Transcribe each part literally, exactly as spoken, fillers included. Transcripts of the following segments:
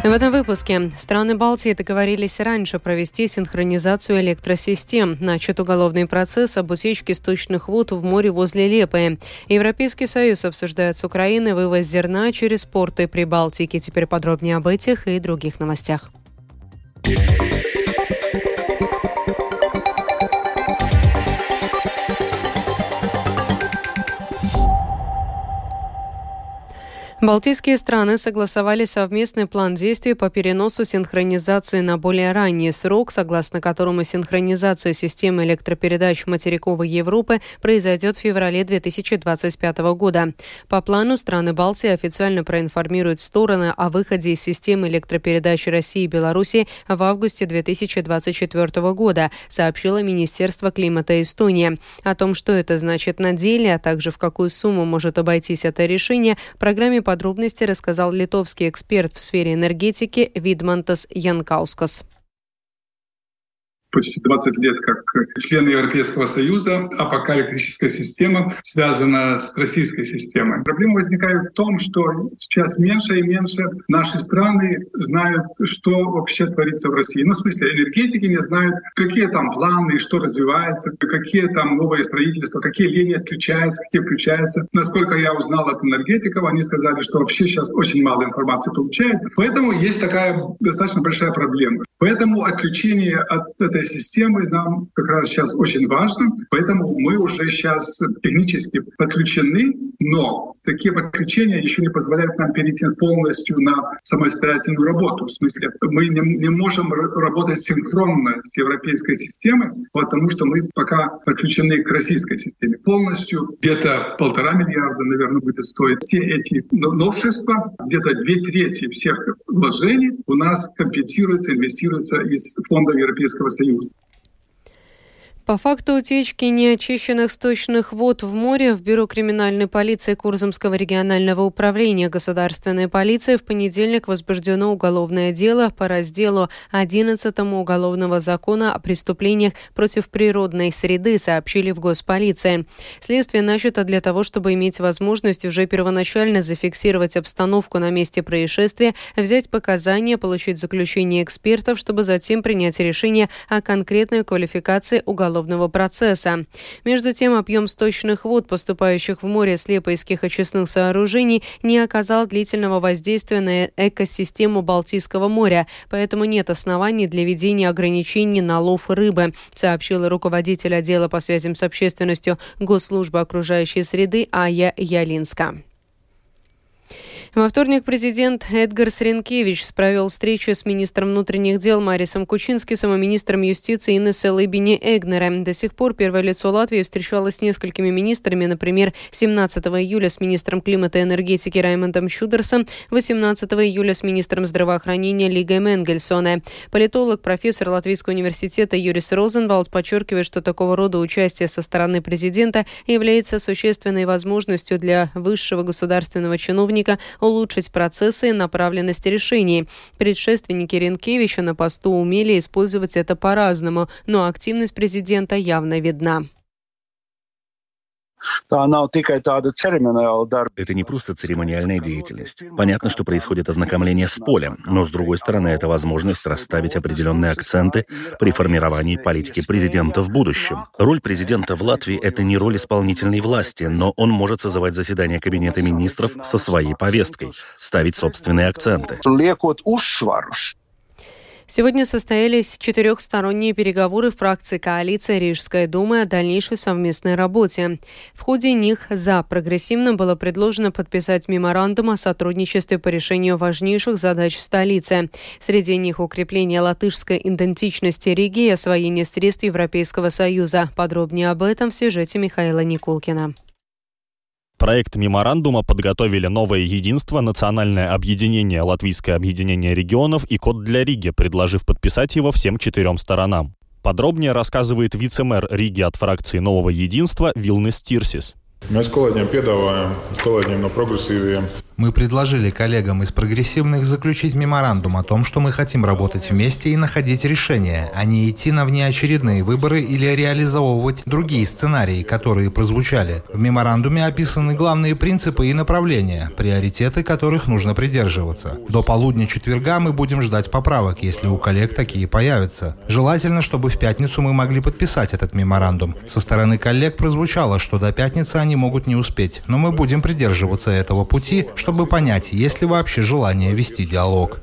В этом выпуске страны Балтии договорились раньше провести синхронизацию электросистем. Начат уголовный процесс об утечке сточных вод в море возле Лепы. Европейский Союз обсуждает с Украиной вывоз зерна через порты Прибалтики. Теперь подробнее об этих и других новостях. Балтийские страны согласовали совместный план действий по переносу синхронизации на более ранний срок, согласно которому синхронизация системы электропередач материковой Европы произойдет в феврале две тысячи двадцать пятого года. По плану страны Балтии официально проинформируют стороны о выходе из системы электропередач России и Беларуси в августе две тысячи двадцать четвертого года, сообщило Министерство климата Эстонии. О том, что это значит на деле, а также в какую сумму может обойтись это решение, в программе подробности рассказал литовский эксперт в сфере энергетики Видмантас Янкаускас. Почти двадцать лет как члены Европейского Союза, а пока электрическая система связана с российской системой. Проблема возникает в том, что сейчас меньше и меньше наши страны знают, что вообще творится в России. Ну, в смысле, энергетики не знают, какие там планы, что развивается, какие там новые строительства, какие линии отключаются, какие включаются. Насколько я узнал от энергетиков, они сказали, что вообще сейчас очень мало информации получают. Поэтому есть такая достаточно большая проблема. Поэтому отключение от этой системы нам как раз сейчас очень важно. Поэтому мы уже сейчас технически подключены, но такие подключения еще не позволяют нам перейти полностью на самостоятельную работу. В смысле, мы не, не можем работать синхронно с европейской системой, потому что мы пока подключены к российской системе. Полностью где-то полтора миллиарда, наверное, будет стоить все эти новшества. Где-то две трети всех вложений у нас компенсируется, инвестируется из фондов Европейского Союза. По факту утечки неочищенных сточных вод в море в Бюро криминальной полиции Курзамского регионального управления государственной полиции в понедельник возбуждено уголовное дело по разделу одиннадцатому Уголовного закона о преступлениях против природной среды, сообщили в Госполиции. Следствие начато для того, чтобы иметь возможность уже первоначально зафиксировать обстановку на месте происшествия, взять показания, получить заключение экспертов, чтобы затем принять решение о конкретной квалификации уголовного процесса. Между тем, объем сточных вод, поступающих в море с лепойских очистных сооружений, не оказал длительного воздействия на экосистему Балтийского моря, поэтому нет оснований для введения ограничений на лов рыбы, сообщила руководитель отдела по связям с общественностью Госслужбы окружающей среды Ая Ялинска. Во вторник президент Эдгарс Ринкевичс провел встречу с министром внутренних дел Марисом Кучинскисом и министром юстиции Инесой Лыбини-Эгнером. До сих пор первое лицо Латвии встречалось с несколькими министрами, например, семнадцатого июля с министром климата и энергетики Раймондом Чудерсом, восемнадцатого июля с министром здравоохранения Лигой Менгельсоне. Политолог, профессор Латвийского университета Юрис Розенвалдс подчеркивает, что такого рода участие со стороны президента является существенной возможностью для высшего государственного чиновника улучшить процессы и направленность решений. Предшественники Ринкевича на посту умели использовать это по-разному, но активность президента явно видна. Это не просто церемониальная деятельность. Понятно, что происходит ознакомление с полем, но, с другой стороны, это возможность расставить определенные акценты при формировании политики президента в будущем. Роль президента в Латвии — это не роль исполнительной власти, но он может созывать заседания Кабинета министров со своей повесткой, ставить собственные акценты. Сегодня состоялись четырехсторонние переговоры фракции коалиции Рижской думы о дальнейшей совместной работе. В ходе них за прогрессивным было предложено подписать меморандум о сотрудничестве по решению важнейших задач в столице. Среди них укрепление латышской идентичности Риги и освоение средств Европейского Союза. Подробнее об этом в сюжете Михаила Никулкина. Проект меморандума подготовили «Новое единство», Национальное объединение, Латвийское объединение регионов и «Код для Риги», предложив подписать его всем четырем сторонам. Подробнее рассказывает вице-мэр Риги от фракции «Нового единства» Вилнис Тирсис. Мы Мы предложили коллегам из прогрессивных заключить меморандум о том, что мы хотим работать вместе и находить решения, а не идти на внеочередные выборы или реализовывать другие сценарии, которые прозвучали. В меморандуме описаны главные принципы и направления, приоритеты которых нужно придерживаться. До полудня четверга мы будем ждать поправок, если у коллег такие появятся. Желательно, чтобы в пятницу мы могли подписать этот меморандум. Со стороны коллег прозвучало, что до пятницы они могут не успеть, но мы будем придерживаться этого пути, чтобы понять, есть ли вообще желание вести диалог.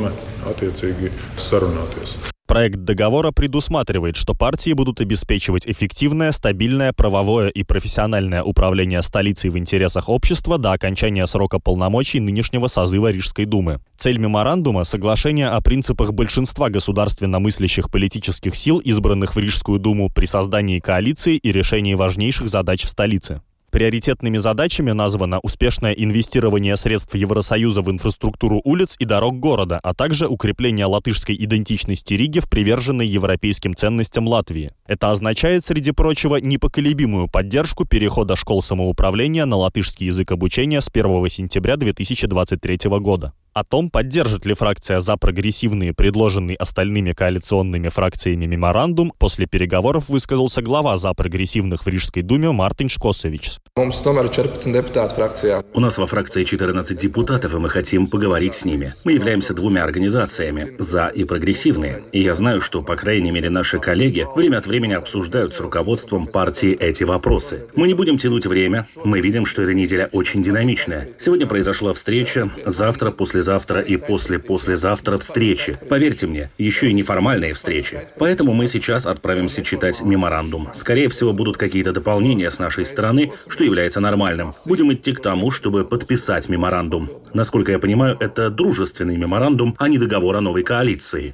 Проект договора предусматривает, что партии будут обеспечивать эффективное, стабильное, правовое и профессиональное управление столицей в интересах общества до окончания срока полномочий нынешнего созыва Рижской думы. Цель меморандума – соглашение о принципах большинства государственно мыслящих политических сил, избранных в Рижскую думу при создании коалиции и решении важнейших задач в столице. Приоритетными задачами названо успешное инвестирование средств Евросоюза в инфраструктуру улиц и дорог города, а также укрепление латышской идентичности Риги в приверженной европейским ценностям Латвии. Это означает, среди прочего, непоколебимую поддержку перехода школ самоуправления на латышский язык обучения с первого сентября две тысячи двадцать третьего года. О том, поддержит ли фракция «За прогрессивные», предложенный остальными коалиционными фракциями меморандум, после переговоров высказался глава «За прогрессивных» в Рижской думе Мартин Шкосевич. У нас во фракции четырнадцать депутатов, и мы хотим поговорить с ними. Мы являемся двумя организациями «За» и «Прогрессивные». И я знаю, что, по крайней мере, наши коллеги время от времени обсуждают с руководством партии эти вопросы. Мы не будем тянуть время. Мы видим, что эта неделя очень динамичная. Сегодня произошла встреча, завтра, послезавтра и после-послезавтра встречи. Поверьте мне, еще и неформальные встречи. Поэтому мы сейчас отправимся читать меморандум. Скорее всего, будут какие-то дополнения с нашей стороны, что является нормальным. Будем идти к тому, чтобы подписать меморандум. Насколько я понимаю, это дружественный меморандум, а не договор о новой коалиции.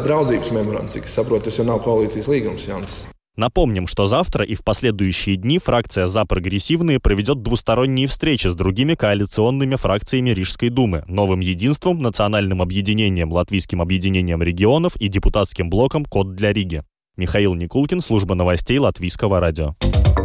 Напомним, что завтра и в последующие дни фракция «За прогрессивные» проведет двусторонние встречи с другими коалиционными фракциями Рижской думы, Новым единством, Национальным объединением, Латвийским объединением регионов и депутатским блоком «Код для Риги». Михаил Никулкин, служба новостей Латвийского радио.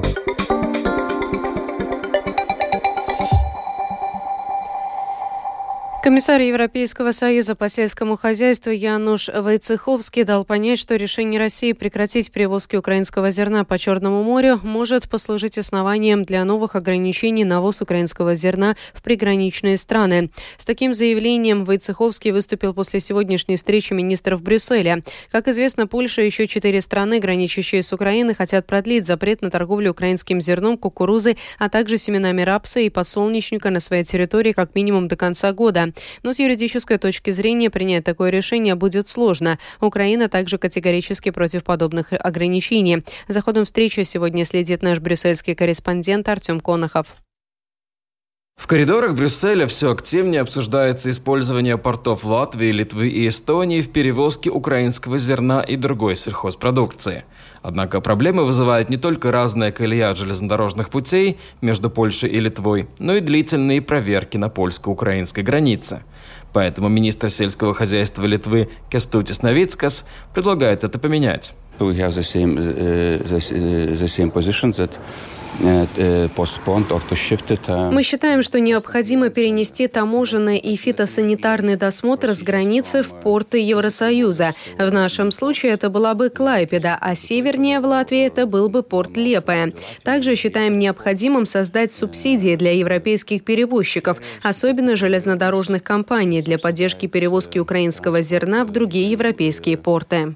Комиссар Европейского союза по сельскому хозяйству Януш Войцеховский дал понять, что решение России прекратить перевозки украинского зерна по Черному морю может послужить основанием для новых ограничений на ввоз украинского зерна в приграничные страны. С таким заявлением Войцеховский выступил после сегодняшней встречи министров в Брюсселе. Как известно, Польша и еще четыре страны, граничащие с Украиной, хотят продлить запрет на торговлю украинским зерном, кукурузой, а также семенами рапса и подсолнечника на своей территории как минимум до конца года. Но с юридической точки зрения принять такое решение будет сложно. Украина также категорически против подобных ограничений. За ходом встречи сегодня следит наш брюссельский корреспондент Артем Конохов. В коридорах Брюсселя все активнее обсуждается использование портов Латвии, Литвы и Эстонии в перевозке украинского зерна и другой сельхозпродукции. Однако проблемы вызывает не только разная колея железнодорожных путей между Польшей и Литвой, но и длительные проверки на польско-украинской границе. Поэтому министр сельского хозяйства Литвы Кястутис Навицкас предлагает это поменять. We have the same, uh, the, the same position that Мы считаем, что необходимо перенести таможенный и фитосанитарный досмотр с границы в порты Евросоюза. В нашем случае это была бы Клайпеда, а севернее в Латвии это был бы порт Лиепая. Также считаем необходимым создать субсидии для европейских перевозчиков, особенно железнодорожных компаний, для поддержки перевозки украинского зерна в другие европейские порты.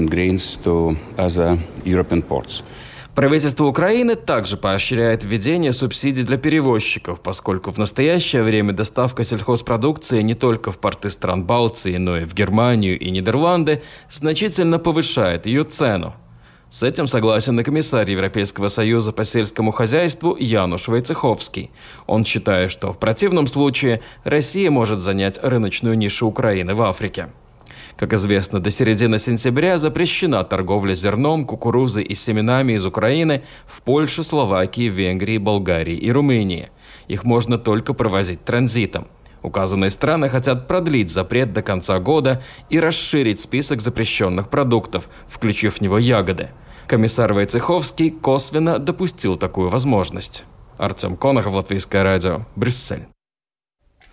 Правительство Украины также поощряет введение субсидий для перевозчиков, поскольку в настоящее время доставка сельхозпродукции не только в порты стран Балтии, но и в Германию и Нидерланды значительно повышает ее цену. С этим согласен и комиссар Европейского союза по сельскому хозяйству Януш Войцеховский. Он считает, что в противном случае Россия может занять рыночную нишу Украины в Африке. Как известно, до середины сентября запрещена торговля зерном, кукурузой и семенами из Украины в Польше, Словакии, Венгрии, Болгарии и Румынии. Их можно только провозить транзитом. Указанные страны хотят продлить запрет до конца года и расширить список запрещенных продуктов, включив в него ягоды. Комиссар Войцеховский косвенно допустил такую возможность. Артем Конохов, Латвийское радио, Брюссель.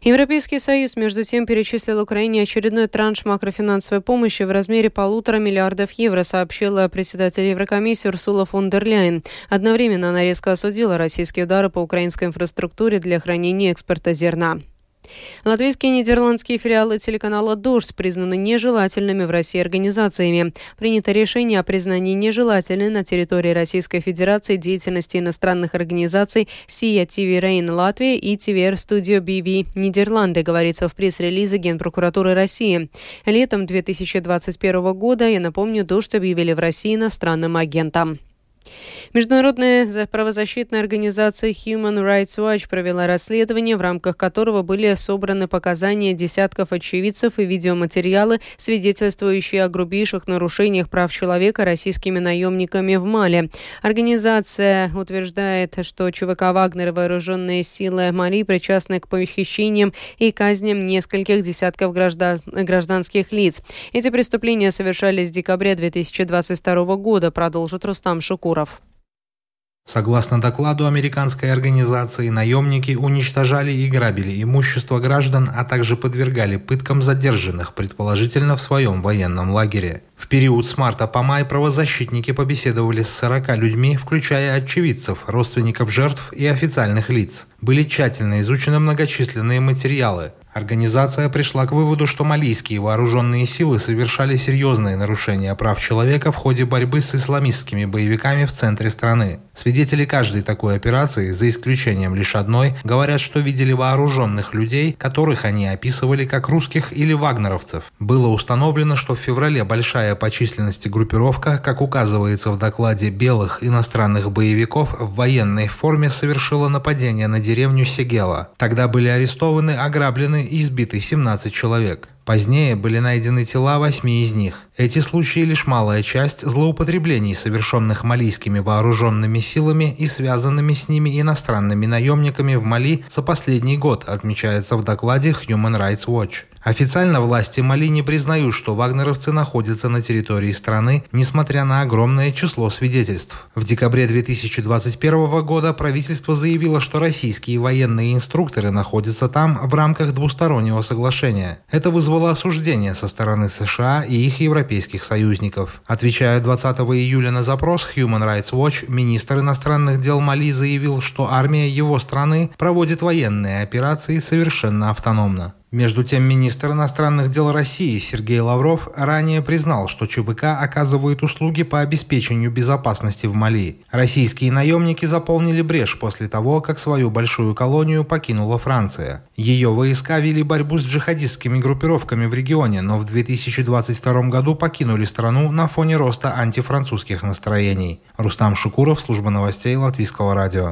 Европейский Союз, между тем, перечислил Украине очередной транш макрофинансовой помощи в размере полутора миллиардов евро, сообщила председатель Еврокомиссии Урсула фон дер Ляйен. Одновременно она резко осудила российские удары по украинской инфраструктуре для хранения и экспорта зерна. Латвийские и нидерландские филиалы телеканала «Дождь» признаны нежелательными в России организациями. Принято решение о признании нежелательной на территории Российской Федерации деятельности иностранных организаций «Сия ти ви Рейн» Латвия и ти ви эр Studio би ви Нидерланды, говорится в пресс-релизе Генпрокуратуры России. Летом две тысячи двадцать первого года, я напомню, «Дождь» объявили в России иностранным агентом. Международная правозащитная организация Human Rights Watch провела расследование, в рамках которого были собраны показания десятков очевидцев и видеоматериалы, свидетельствующие о грубейших нарушениях прав человека российскими наемниками в Мали. Организация утверждает, что ЧВК «Вагнер» и вооруженные силы Мали причастны к похищениям и казням нескольких десятков граждан, гражданских лиц. Эти преступления совершались в декабре две тысячи двадцать второго года, продолжит Рустам Шукуров. Согласно докладу американской организации, наемники уничтожали и грабили имущество граждан, а также подвергали пыткам задержанных, предположительно в своем военном лагере. В период с марта по май правозащитники побеседовали с сорока людьми, включая очевидцев, родственников жертв и официальных лиц. Были тщательно изучены многочисленные материалы. Организация пришла к выводу, что малийские вооруженные силы совершали серьезные нарушения прав человека в ходе борьбы с исламистскими боевиками в центре страны. Свидетели каждой такой операции, за исключением лишь одной, говорят, что видели вооруженных людей, которых они описывали как русских или вагнеровцев. Было установлено, что в феврале большая по численности группировка, как указывается в докладе белых иностранных боевиков, в военной форме совершила нападение на деревню Сегела. Тогда были арестованы, ограблены и избиты семнадцать человек. Позднее были найдены тела восьми из них. Эти случаи лишь малая часть злоупотреблений, совершенных малийскими вооруженными силами и связанными с ними иностранными наемниками в Мали за последний год, отмечается в докладе Human Rights Watch. Официально власти Мали не признают, что вагнеровцы находятся на территории страны, несмотря на огромное число свидетельств. В декабре две тысячи двадцать первого года правительство заявило, что российские военные инструкторы находятся там в рамках двустороннего соглашения. Это вызвало осуждение со стороны США и их европейских союзников. Отвечая двадцатого июля на запрос Human Rights Watch, министр иностранных дел Мали заявил, что армия его страны проводит военные операции совершенно автономно. Между тем, министр иностранных дел России Сергей Лавров ранее признал, что ЧВК оказывает услуги по обеспечению безопасности в Мали. Российские наемники заполнили брешь после того, как свою большую колонию покинула Франция. Ее войска вели борьбу с джихадистскими группировками в регионе, но в две тысячи двадцать втором году покинули страну на фоне роста антифранцузских настроений. Рустам Шукуров, служба новостей Латвийского радио.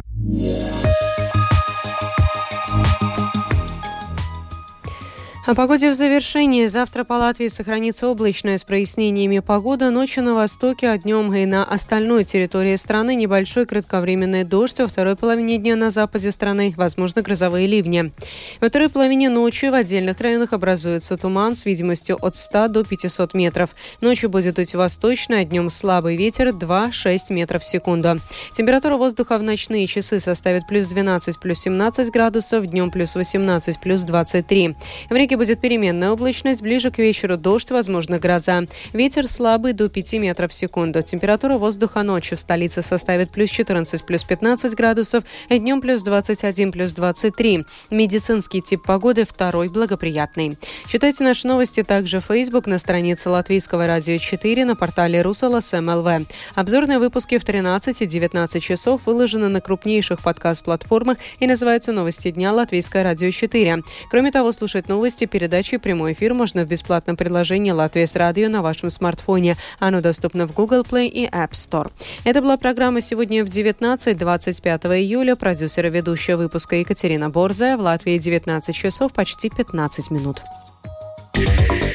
О погоде в завершении. Завтра по Латвии сохранится облачная с прояснениями погода. Ночью на востоке, а днем и на остальной территории страны небольшой кратковременный дождь. Во второй половине дня на западе страны возможны грозовые ливни. Во второй половине ночи в отдельных районах образуется туман с видимостью от ста до пятисот метров. Ночью будет дуть восточный, а днем слабый ветер два-шесть метров в секунду. Температура воздуха в ночные часы составит плюс двенадцать, плюс семнадцать градусов, днем плюс восемнадцать, плюс двадцать три. В реке будет переменная облачность, ближе к вечеру дождь, возможно гроза. Ветер слабый до пяти метров в секунду. Температура воздуха ночью в столице составит плюс четырнадцать, плюс пятнадцать градусов, днем плюс двадцать один, плюс двадцать три. Медицинский тип погоды второй благоприятный. Читайте наши новости также в Facebook, на странице Латвийского радио четыре, на портале РусЛСМ.ЛВ. Обзорные выпуски в тринадцать и девятнадцать часов выложены на крупнейших подкаст-платформах и называются «Новости дня» Латвийское радио четыре. Кроме того, слушать новости, передачи и прямой эфир можно в бесплатном приложении «Латвия с радио» на вашем смартфоне. Оно доступно в Google Play и App Store. Это была программа сегодня в девятнадцать, двадцать пятого июля. Продюсер и ведущая выпуска Екатерина Борзая. В Латвии девятнадцать часов почти пятнадцать минут.